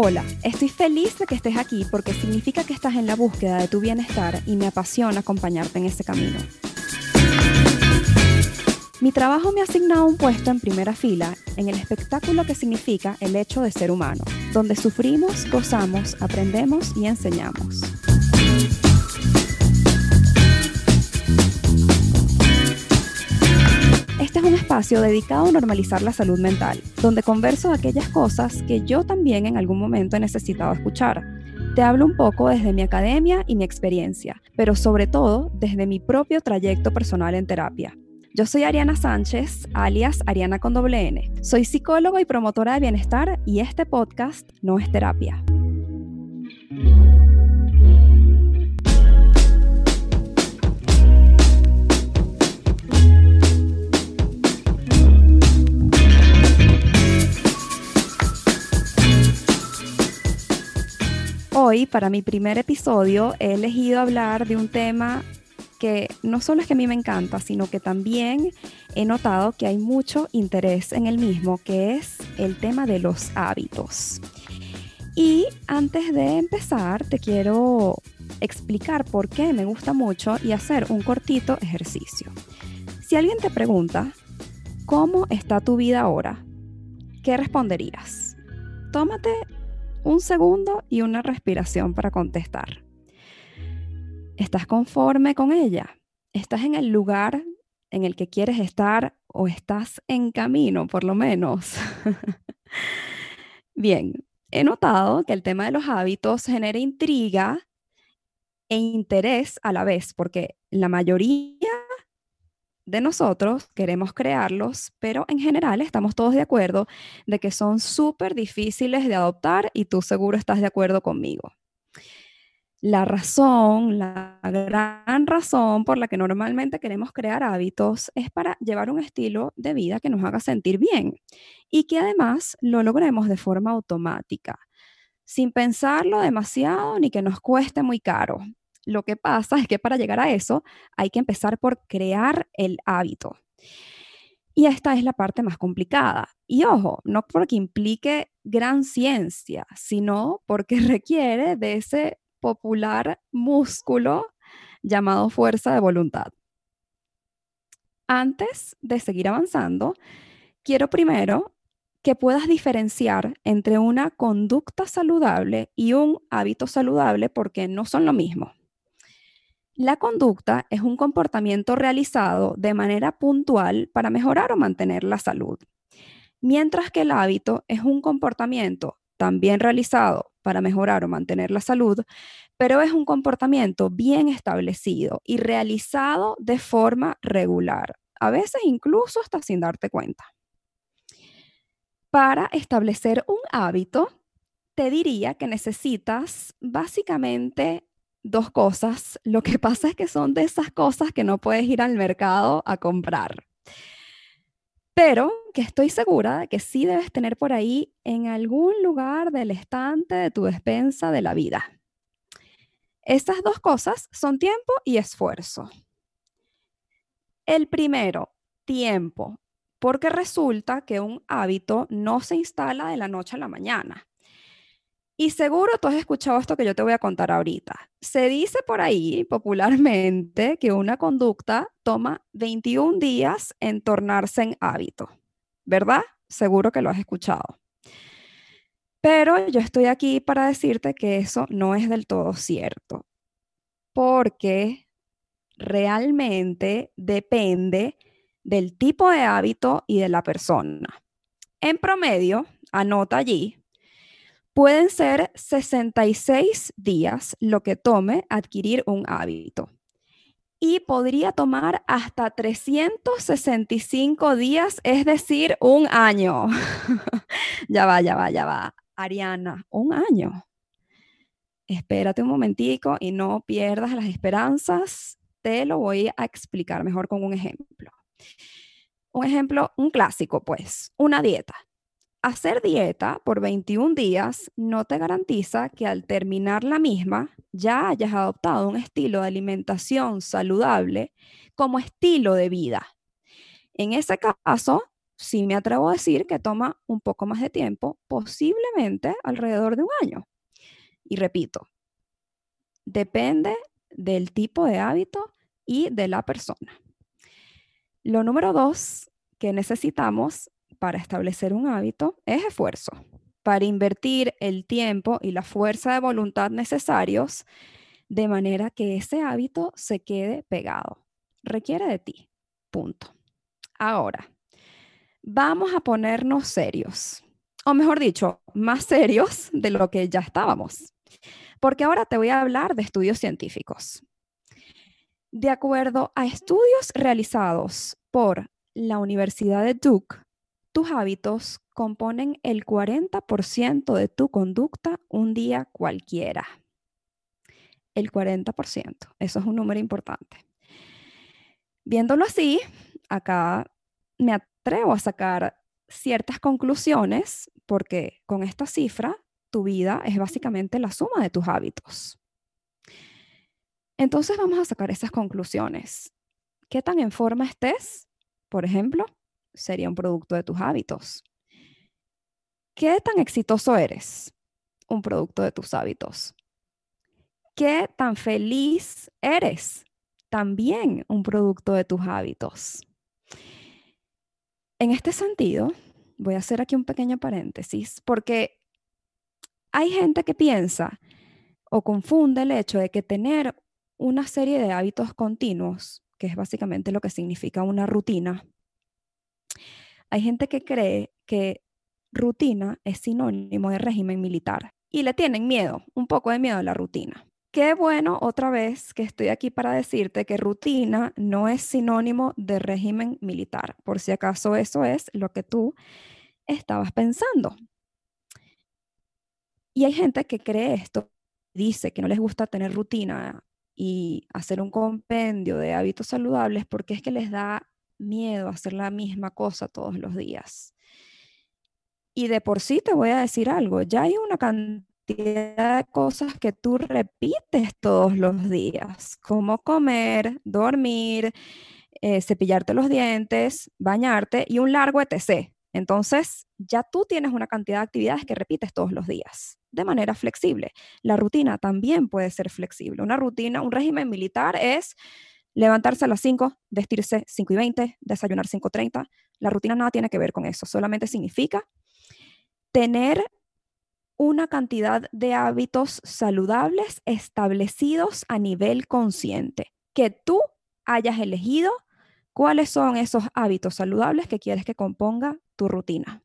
Hola, estoy feliz de que estés aquí porque significa que estás en la búsqueda de tu bienestar y me apasiona acompañarte en ese camino. Mi trabajo me ha asignado un puesto en primera fila en el espectáculo que significa el hecho de ser humano, donde sufrimos, gozamos, aprendemos y enseñamos. Este es un espacio dedicado a normalizar la salud mental, donde converso de aquellas cosas que yo también en algún momento he necesitado escuchar. Te hablo un poco desde mi academia y mi experiencia, pero sobre todo desde mi propio trayecto personal en terapia. Yo soy Ariana Sánchez, alias Ariana con doble N. Soy psicóloga y promotora de bienestar y este podcast no es terapia. Hoy, para mi primer episodio, he elegido hablar de un tema que no solo es que a mí me encanta, sino que también he notado que hay mucho interés en el mismo, que es el tema de los hábitos. Y antes de empezar, te quiero explicar por qué me gusta mucho y hacer un cortito ejercicio. Si alguien te pregunta, ¿cómo está tu vida ahora? ¿Qué responderías? Tómate un segundo y una respiración para contestar. ¿Estás conforme con ella? ¿Estás en el lugar en el que quieres estar o estás en camino, por lo menos? Bien, he notado que el tema de los hábitos genera intriga e interés a la vez, porque la mayoría de nosotros queremos crearlos, pero en general estamos todos de acuerdo de que son súper difíciles de adoptar y tú seguro estás de acuerdo conmigo. La gran razón por la que normalmente queremos crear hábitos es para llevar un estilo de vida que nos haga sentir bien y que además lo logremos de forma automática, sin pensarlo demasiado ni que nos cueste muy caro. Lo que pasa es que para llegar a eso hay que empezar por crear el hábito. Y esta es la parte más complicada. Y ojo, no porque implique gran ciencia, sino porque requiere de ese popular músculo llamado fuerza de voluntad. Antes de seguir avanzando, quiero primero que puedas diferenciar entre una conducta saludable y un hábito saludable porque no son lo mismo. La conducta es un comportamiento realizado de manera puntual para mejorar o mantener la salud, mientras que el hábito es un comportamiento también realizado para mejorar o mantener la salud, pero es un comportamiento bien establecido y realizado de forma regular, a veces incluso hasta sin darte cuenta. Para establecer un hábito, te diría que necesitas básicamente dos cosas. Lo que pasa es que son de esas cosas que no puedes ir al mercado a comprar, pero que estoy segura de que sí debes tener por ahí en algún lugar del estante de tu despensa de la vida. Estas dos cosas son tiempo y esfuerzo. El primero, tiempo, porque resulta que un hábito no se instala de la noche a la mañana. Y seguro tú has escuchado esto que yo te voy a contar ahorita. Se dice por ahí popularmente que una conducta toma 21 días en tornarse en hábito, ¿verdad? Seguro que lo has escuchado. Pero yo estoy aquí para decirte que eso no es del todo cierto, porque realmente depende del tipo de hábito y de la persona. En promedio, anota allí, pueden ser 66 días lo que tome adquirir un hábito. Y podría tomar hasta 365 días, es decir, un año. Ya va. Ariana, un año. Espérate un momentico y no pierdas las esperanzas. Te lo voy a explicar mejor con un ejemplo. Un ejemplo, un clásico, pues, una dieta. Hacer dieta por 21 días no te garantiza que al terminar la misma ya hayas adoptado un estilo de alimentación saludable como estilo de vida. En ese caso, sí me atrevo a decir que toma un poco más de tiempo, posiblemente alrededor de un año. Y repito, depende del tipo de hábito y de la persona. Lo número 2 que necesitamos para establecer un hábito es esfuerzo. Para invertir el tiempo y la fuerza de voluntad necesarios de manera que ese hábito se quede pegado. Requiere de ti. Punto. Ahora, vamos a ponernos serios. O mejor dicho, más serios de lo que ya estábamos. Porque ahora te voy a hablar de estudios científicos. De acuerdo a estudios realizados por la Universidad de Duke, tus hábitos componen el 40% de tu conducta un día cualquiera. El 40%. Eso es un número importante. Viéndolo así, acá me atrevo a sacar ciertas conclusiones porque con esta cifra tu vida es básicamente la suma de tus hábitos. Entonces vamos a sacar esas conclusiones. ¿Qué tan en forma estés? Por ejemplo, sería un producto de tus hábitos. ¿Qué tan exitoso eres? Un producto de tus hábitos. ¿Qué tan feliz eres? También un producto de tus hábitos. En este sentido, voy a hacer aquí un pequeño paréntesis, porque hay gente que piensa o confunde el hecho de que tener una serie de hábitos continuos, que es básicamente lo que significa una rutina, hay gente que cree que rutina es sinónimo de régimen militar y le tienen miedo, un poco de miedo a la rutina. Qué bueno, otra vez que estoy aquí para decirte que rutina no es sinónimo de régimen militar, por si acaso eso es lo que tú estabas pensando. Y hay gente que cree esto, dice que no les gusta tener rutina y hacer un compendio de hábitos saludables porque es que les da miedo hacer la misma cosa todos los días. Y de por sí te voy a decir algo, ya hay una cantidad de cosas que tú repites todos los días, como comer, dormir, cepillarte los dientes, bañarte y un largo etc. Entonces, ya tú tienes una cantidad de actividades que repites todos los días de manera flexible. La rutina también puede ser flexible. Una rutina, un régimen militar es levantarse a las 5, vestirse 5:20, desayunar 5:30. La rutina nada tiene que ver con eso, solamente significa tener una cantidad de hábitos saludables establecidos a nivel consciente, que tú hayas elegido cuáles son esos hábitos saludables que quieres que componga tu rutina.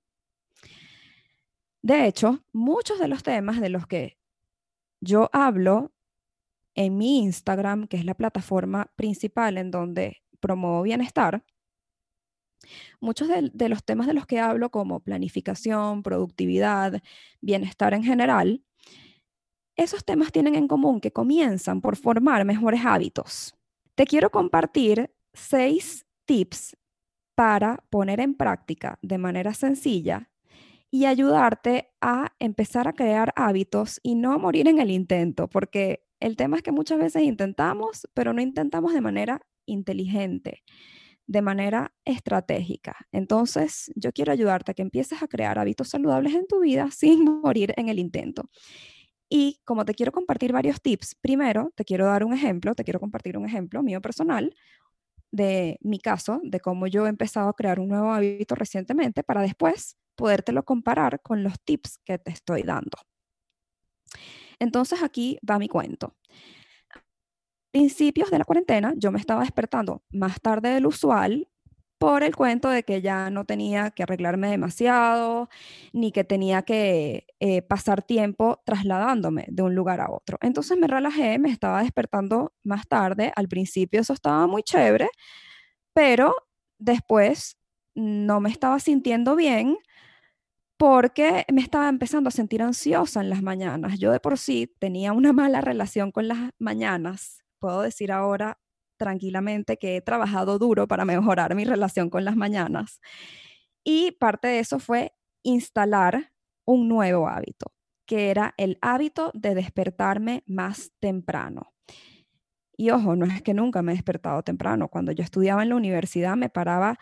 De hecho, muchos de los temas de los que yo hablo en mi Instagram, que es la plataforma principal en donde promuevo bienestar, muchos de los temas de los que hablo, como planificación, productividad, bienestar en general, esos temas tienen en común que comienzan por formar mejores hábitos. Te quiero compartir 6 tips para poner en práctica de manera sencilla y ayudarte a empezar a crear hábitos y no morir en el intento, porque el tema es que muchas veces intentamos, pero no intentamos de manera inteligente, de manera estratégica. Entonces, yo quiero ayudarte a que empieces a crear hábitos saludables en tu vida sin morir en el intento. Y como te quiero compartir varios tips, primero te quiero dar un ejemplo, te quiero compartir un ejemplo mío personal de mi caso, de cómo yo he empezado a crear un nuevo hábito recientemente para después podértelo comparar con los tips que te estoy dando. Entonces aquí va mi cuento. Principios de la cuarentena, yo me estaba despertando más tarde del usual por el cuento de que ya no tenía que arreglarme demasiado, ni que tenía que pasar tiempo trasladándome de un lugar a otro. Entonces me relajé, me estaba despertando más tarde. Al principio eso estaba muy chévere, pero después no me estaba sintiendo bien porque me estaba empezando a sentir ansiosa en las mañanas. Yo de por sí tenía una mala relación con las mañanas. Puedo decir ahora tranquilamente que he trabajado duro para mejorar mi relación con las mañanas. Y parte de eso fue instalar un nuevo hábito, que era el hábito de despertarme más temprano. Y ojo, no es que nunca me he despertado temprano. Cuando yo estudiaba en la universidad me paraba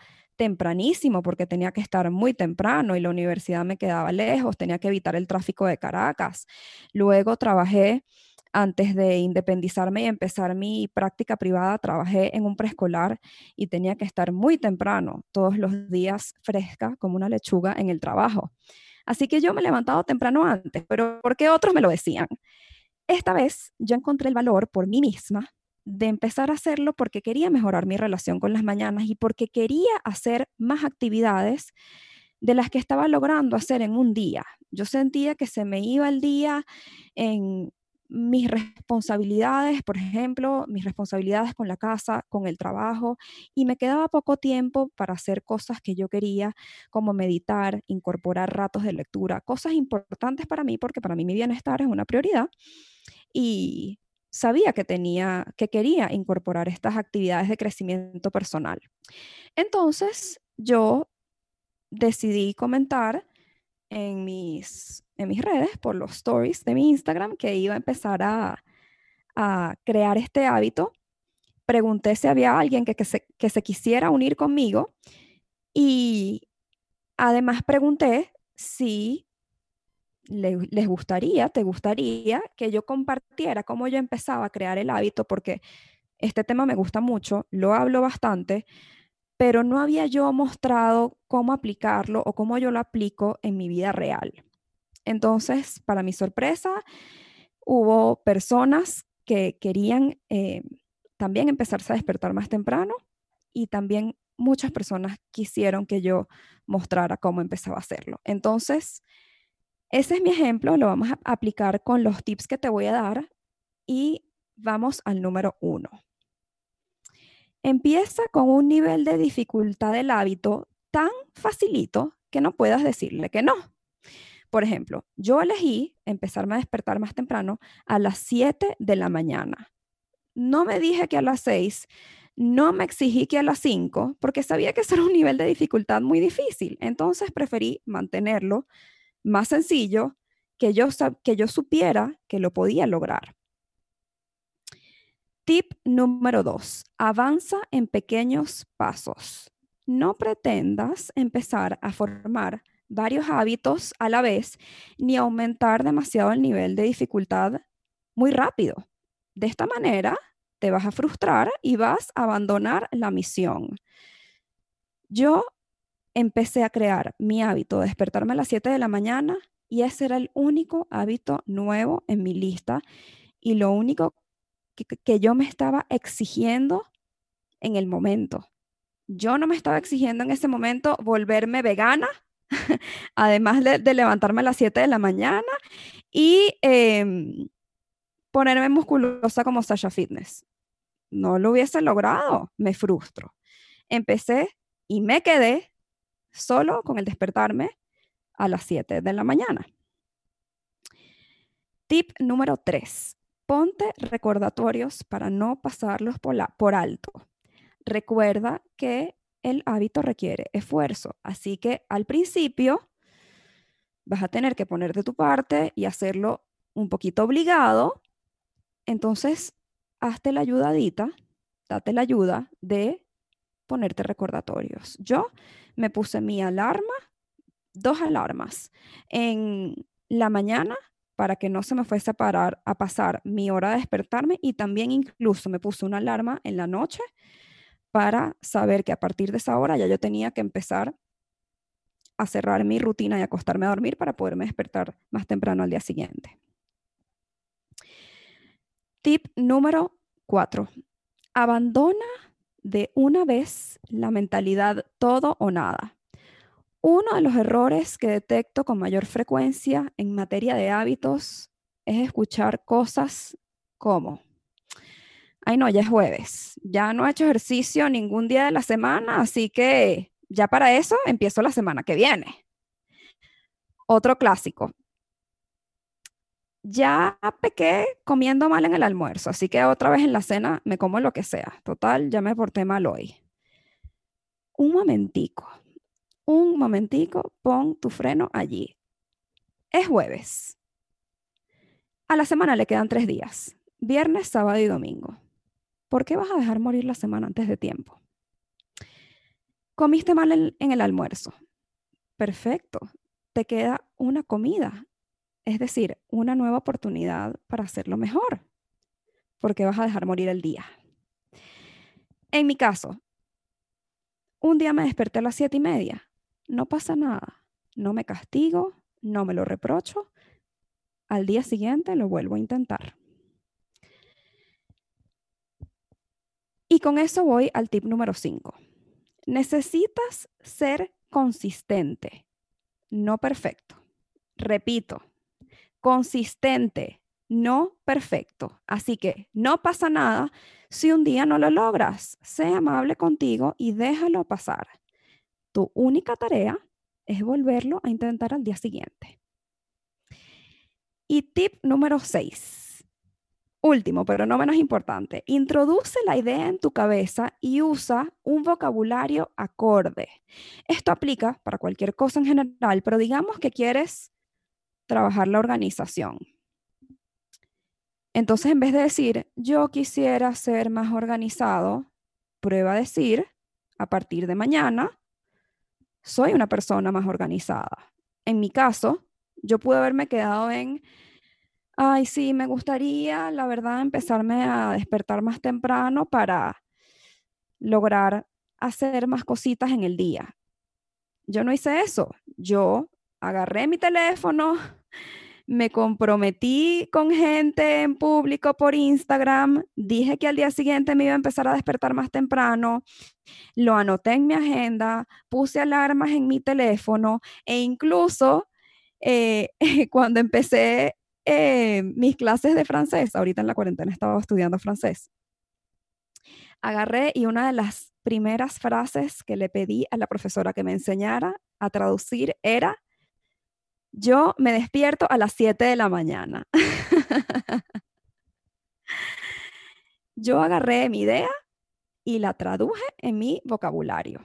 tempranísimo porque tenía que estar muy temprano y la universidad me quedaba lejos, tenía que evitar el tráfico de Caracas. Luego trabajé, antes de independizarme y empezar mi práctica privada, trabajé en un preescolar y tenía que estar muy temprano, todos los días fresca como una lechuga en el trabajo. Así que yo me he levantado temprano antes, pero porque otros me lo decían. Esta vez yo encontré el valor por mí misma de empezar a hacerlo porque quería mejorar mi relación con las mañanas y porque quería hacer más actividades de las que estaba logrando hacer en un día. Yo sentía que se me iba el día en mis responsabilidades, por ejemplo, mis responsabilidades con la casa, con el trabajo, y me quedaba poco tiempo para hacer cosas que yo quería, como meditar, incorporar ratos de lectura, cosas importantes para mí, porque para mí mi bienestar es una prioridad y sabía que quería incorporar estas actividades de crecimiento personal. Entonces, yo decidí comentar en mis redes, por los stories de mi Instagram, que iba a empezar a crear este hábito. Pregunté si había alguien que se quisiera unir conmigo y además pregunté si les gustaría, te gustaría que yo compartiera cómo yo empezaba a crear el hábito, porque este tema me gusta mucho, lo hablo bastante, pero no había yo mostrado cómo aplicarlo o cómo yo lo aplico en mi vida real. Entonces, para mi sorpresa, hubo personas que querían también empezarse a despertar más temprano y también muchas personas quisieron que yo mostrara cómo empezaba a hacerlo. Entonces, ese es mi ejemplo, lo vamos a aplicar con los tips que te voy a dar y vamos al número 1. Empieza con un nivel de dificultad del hábito tan facilito que no puedas decirle que no. Por ejemplo, yo elegí empezarme a despertar más temprano a las 7 de la mañana. No me dije que a las 6, no me exigí que a las 5, porque sabía que eso era un nivel de dificultad muy difícil. Entonces preferí mantenerlo más sencillo, que yo supiera que lo podía lograr. Tip número 2. Avanza en pequeños pasos. No pretendas empezar a formar varios hábitos a la vez ni aumentar demasiado el nivel de dificultad muy rápido. De esta manera te vas a frustrar y vas a abandonar la misión. Yo empecé a crear mi hábito de despertarme a las 7 de la mañana y ese era el único hábito nuevo en mi lista y lo único que yo me estaba exigiendo en el momento. Yo no me estaba exigiendo en ese momento volverme vegana, además de levantarme a las 7 de la mañana y ponerme musculosa como Sasha Fitness. No lo hubiese logrado, me frustro. Empecé y me quedé solo con el despertarme a las 7 de la mañana. Tip número 3. Ponte recordatorios para no pasarlos por alto. Recuerda que el hábito requiere esfuerzo, así que al principio vas a tener que poner de tu parte y hacerlo un poquito obligado. Entonces, hazte la ayudadita, date la ayuda de ponerte recordatorios. Yo me puse mi alarma, 2 alarmas en la mañana para que no se me fuese a pasar mi hora de despertarme y también incluso me puse una alarma en la noche para saber que a partir de esa hora ya yo tenía que empezar a cerrar mi rutina y acostarme a dormir para poderme despertar más temprano al día siguiente. Tip número 4. Abandona de una vez la mentalidad todo o nada. Uno de los errores que detecto con mayor frecuencia en materia de hábitos es escuchar cosas como: ay no, ya es jueves, ya no he hecho ejercicio ningún día de la semana, así que ya para eso empiezo la semana que viene. Otro clásico: ya pequé comiendo mal en el almuerzo, así que otra vez en la cena me como lo que sea. Total, ya me porté mal hoy. Un momentico, pon tu freno allí. Es jueves. A la semana le quedan 3 días, viernes, sábado y domingo. ¿Por qué vas a dejar morir la semana antes de tiempo? Comiste mal en el almuerzo. Perfecto. Te queda una comida, es decir, una nueva oportunidad para hacerlo mejor, porque vas a dejar morir el día. En mi caso, un día me desperté a las 7:30. No pasa nada. No me castigo, no me lo reprocho. Al día siguiente lo vuelvo a intentar. Y con eso voy al tip número 5. Necesitas ser consistente, no perfecto. Repito, consistente, no perfecto. Así que no pasa nada si un día no lo logras. Sé amable contigo y déjalo pasar. Tu única tarea es volverlo a intentar al día siguiente. Y tip número 6. Último, pero no menos importante. Introduce la idea en tu cabeza y usa un vocabulario acorde. Esto aplica para cualquier cosa en general, pero digamos que quieres trabajar la organización. Entonces, en vez de decir, yo quisiera ser más organizado, prueba a decir, a partir de mañana, soy una persona más organizada. En mi caso, yo pude haberme quedado en, ay, sí, me gustaría, la verdad, empezarme a despertar más temprano para lograr hacer más cositas en el día. Yo no hice eso. Yo agarré mi teléfono, me comprometí con gente en público por Instagram, dije que al día siguiente me iba a empezar a despertar más temprano, lo anoté en mi agenda, puse alarmas en mi teléfono e incluso cuando empecé mis clases de francés, ahorita en la cuarentena estaba estudiando francés, agarré y una de las primeras frases que le pedí a la profesora que me enseñara a traducir era: yo me despierto a las 7 de la mañana. Yo agarré mi idea y la traduje en mi vocabulario.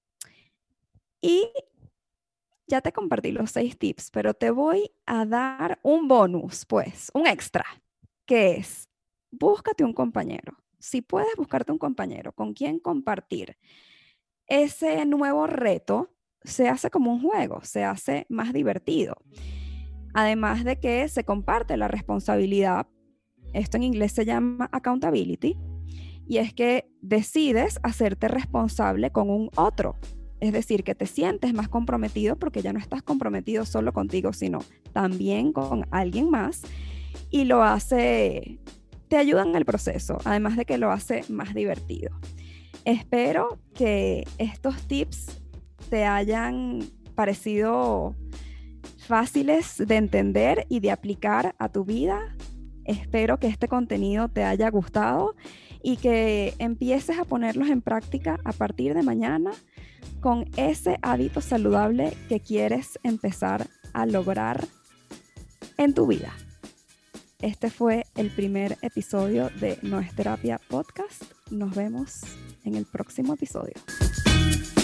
Y ya te compartí los 6 tips, pero te voy a dar un bonus, pues, un extra, que es, búscate un compañero. Si puedes buscarte un compañero con quien compartir ese nuevo reto, se hace como un juego, se hace más divertido. Además de que se comparte la responsabilidad, esto en inglés se llama accountability, y es que decides hacerte responsable con un otro. Es decir, que te sientes más comprometido porque ya no estás comprometido solo contigo, sino también con alguien más, y lo hace, te ayuda en el proceso, además de que lo hace más divertido. Espero que estos tips te hayan parecido fáciles de entender y de aplicar a tu vida. Espero que este contenido te haya gustado y que empieces a ponerlos en práctica a partir de mañana con ese hábito saludable que quieres empezar a lograr en tu vida. Este fue el primer episodio de No es Terapia Podcast. Nos vemos en el próximo episodio.